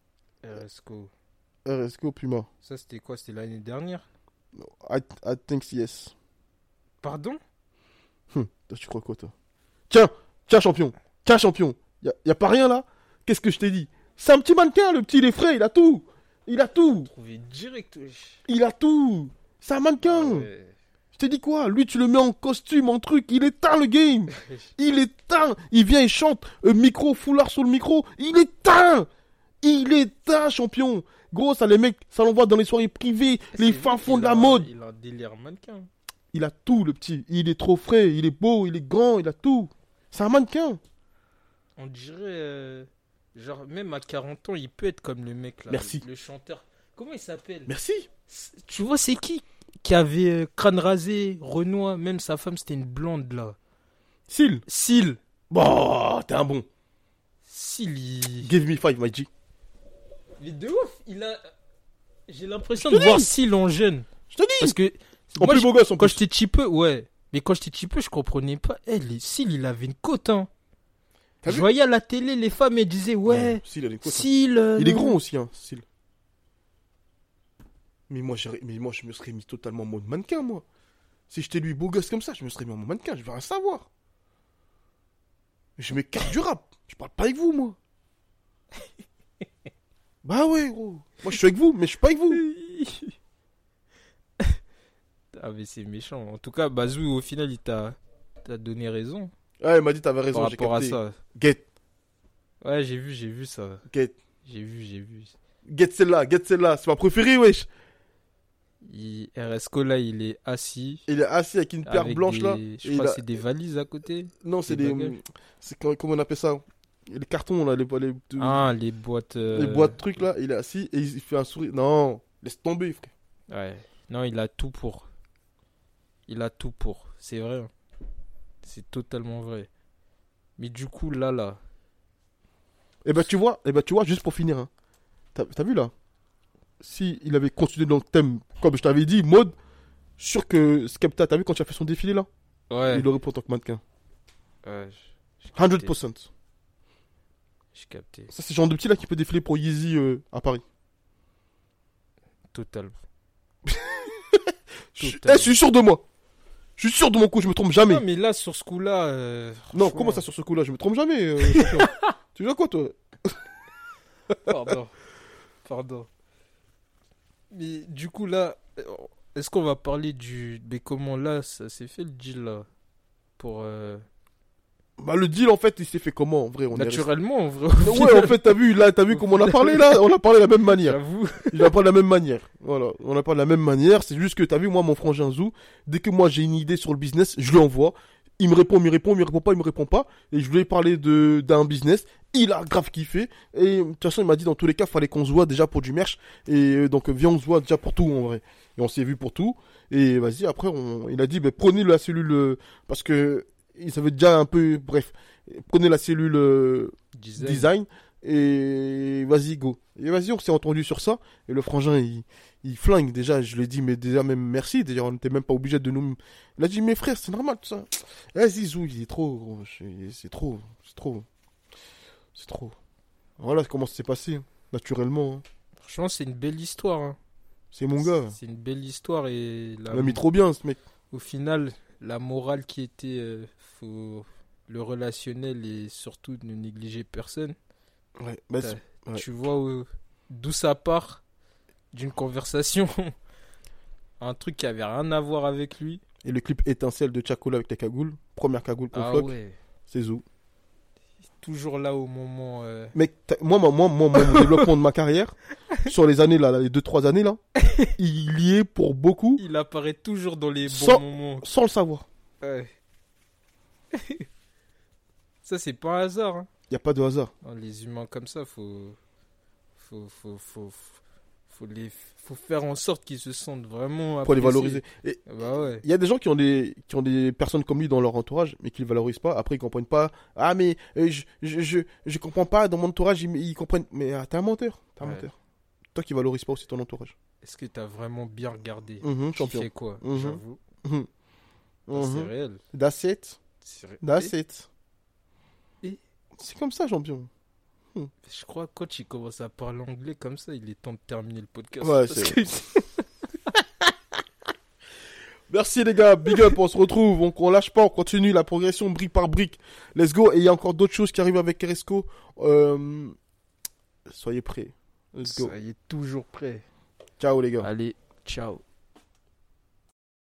RSCO Puma. Ça, c'était quoi? C'était l'année dernière? I think yes. Pardon? Toi, tu crois quoi, toi? Tiens, champion. Y a pas rien là? Qu'est-ce que je t'ai dit? C'est un petit mannequin, le petit, il est frais, il a tout. Trouvé direct, wesh. Il a tout. C'est un mannequin. Ah ouais. Je t'ai dit quoi? Lui, tu le mets en costume, en truc, il éteint le game. Il éteint. Il vient, il chante, micro, foulard sur le micro. Il éteint, champion. Gros, ça, les mecs, ça l'envoie dans les soirées privées, les fins fonds de la mode. Il a un délire mannequin. Il a tout, le petit. Il est trop frais, il est beau, il est grand, il a tout. C'est un mannequin. On dirait... Genre, même à 40 ans, il peut être comme le mec là. Merci. Le chanteur. Comment il s'appelle? Merci. Tu vois, c'est qui avait crâne rasé, Renoir, même sa femme, c'était une blonde là. Seal. Bon, t'es un bon. Seal, Give me 5, my G. Mais de ouf, j'ai l'impression de voir Seal en jeune. Je te dis. Parce que. En plus beau gosse, en plus. Quand j'étais cheapeux, ouais. Mais quand j'étais cheapeux, je comprenais pas. Seal, il avait une côte, hein. Je voyais à la télé, les femmes, elles disaient, ouais, Seal, il est grand aussi, hein, Seal. Mais moi, je me serais mis totalement en mode mannequin, moi. Si j'étais lui beau gosse comme ça, je me serais mis en mode mannequin, je veux rien savoir. Je m'écarte du rap. Je parle pas avec vous, moi. Bah ouais, gros. Moi, je suis avec vous, mais je suis pas avec vous. Ah, mais c'est méchant. En tout cas, Bazou, au final, il t'a donné raison. Ouais, il m'a dit t'avais raison, j'ai capté. Par rapport à ça. Get. Ouais, j'ai vu ça. Get. J'ai vu. Get celle-là. C'est ma préférée, wesh. RSCO, là, il est assis. Il est assis avec une paire blanche, là. Je crois que c'est des valises à côté. Non, c'est des... Comment on appelle ça? Les cartons, là. Les boîtes... Les boîtes trucs, là. Il est assis et il fait un sourire. Non, laisse tomber, frère. Ouais. Non, il a tout pour. C'est vrai. Hein. C'est totalement vrai. Mais du coup, là... Eh ben, tu vois, juste pour finir, hein. T'as vu, là? Si il avait continué dans le thème, comme je t'avais dit, mode, sûr que Skepta, t'as vu quand il a fait son défilé, là? Ouais. Il aurait pris en tant que mannequin. Ouais, 100%. J'ai capté. Ça, c'est le genre de petit, là, qui peut défiler pour Yeezy à Paris. Total. Je suis sûr de moi. Je suis sûr de mon coup, je me trompe jamais. Non, mais là, sur ce coup-là... Non, comment ça, sur ce coup-là? Je me trompe jamais. Tu veux quoi, toi? Pardon. Mais du coup, là, est-ce qu'on va parler Mais comment, là, ça s'est fait, le deal, là? Pour... Bah, le deal, en fait, il s'est fait comment, en vrai? Naturellement, en vrai. Ouais, en fait, t'as vu comment on a parlé, là? On a parlé de la même manière. J'avoue. Il a parlé de la même manière. Voilà. On a parlé de la même manière. C'est juste que, t'as vu, moi, mon frangin Zou, dès que moi, j'ai une idée sur le business, je lui envoie. Il me répond pas. Et je lui ai parlé d'un business. Il a grave kiffé. Et de toute façon, il m'a dit dans tous les cas, fallait qu'on se voit déjà pour du merch. Et donc, viens, on se voit déjà pour tout, en vrai. Et on s'est vu pour tout. Et vas-y, après, il a dit, prenez la cellule, parce que il savait déjà un peu, bref. Prenez la cellule design. Et vas-y, go. Et vas-y, on s'est entendu sur ça. Et le frangin, il flingue déjà. Je lui ai dit, mais déjà même merci. Déjà, on n'était même pas obligé de nous... Il a dit, mes frères, c'est normal tout ça. Vas-y, Zou, il est trop, gros. C'est trop. Voilà comment ça s'est passé, hein, naturellement. Hein. Franchement, c'est une belle histoire. Hein. C'est mon gars. C'est une belle histoire. Et il a mis trop bien, ce mec. Au final, la morale qui était... le relationnel et surtout ne négliger personne. Ouais, Tu vois d'où ça part d'une conversation un truc qui avait rien à voir avec lui. Et le clip Étincelle de Chacola avec les cagoules. Première cagoule qu'on floque. Ouais. C'est Zou. Toujours là au moment. Mec, moi, mon développement de ma carrière, sur les années là, les 2-3 années là, il y est pour beaucoup, Il apparaît toujours dans les bons Sans- moments. sans le savoir. Ouais. Ça, c'est pas un hasard. Hein. Il n'y a pas de hasard. Non, les humains comme ça, faut faire en sorte qu'ils se sentent vraiment Pour les appréciés. valoriser. Et Bah ouais. il y a des gens qui ont des personnes comme lui dans leur entourage, mais qui le valorisent pas. Après, ils comprennent pas. Ah, mais je comprends pas. Dans mon entourage, ils comprennent. Mais t'es un menteur. T'es un Ouais. menteur. Toi qui valorises pas aussi ton entourage. Est-ce que t'as vraiment bien regardé qui Champion. fait quoi? Mhm. J'avoue. Mhm. C'est Mhm. réel. That's it. C'est réel. That's it. Et C'est comme ça, champion. je crois que quand il commence à parler anglais comme ça, il est temps de terminer le podcast. Ouais, Parce c'est que- Merci les gars, big up, on se retrouve, on lâche pas, on continue la progression brique par brique. Let's go, et il y a encore d'autres choses qui arrivent avec Keresco. Soyez prêts. Let's go. Ça y est toujours prêt. Ciao les gars. Allez, ciao.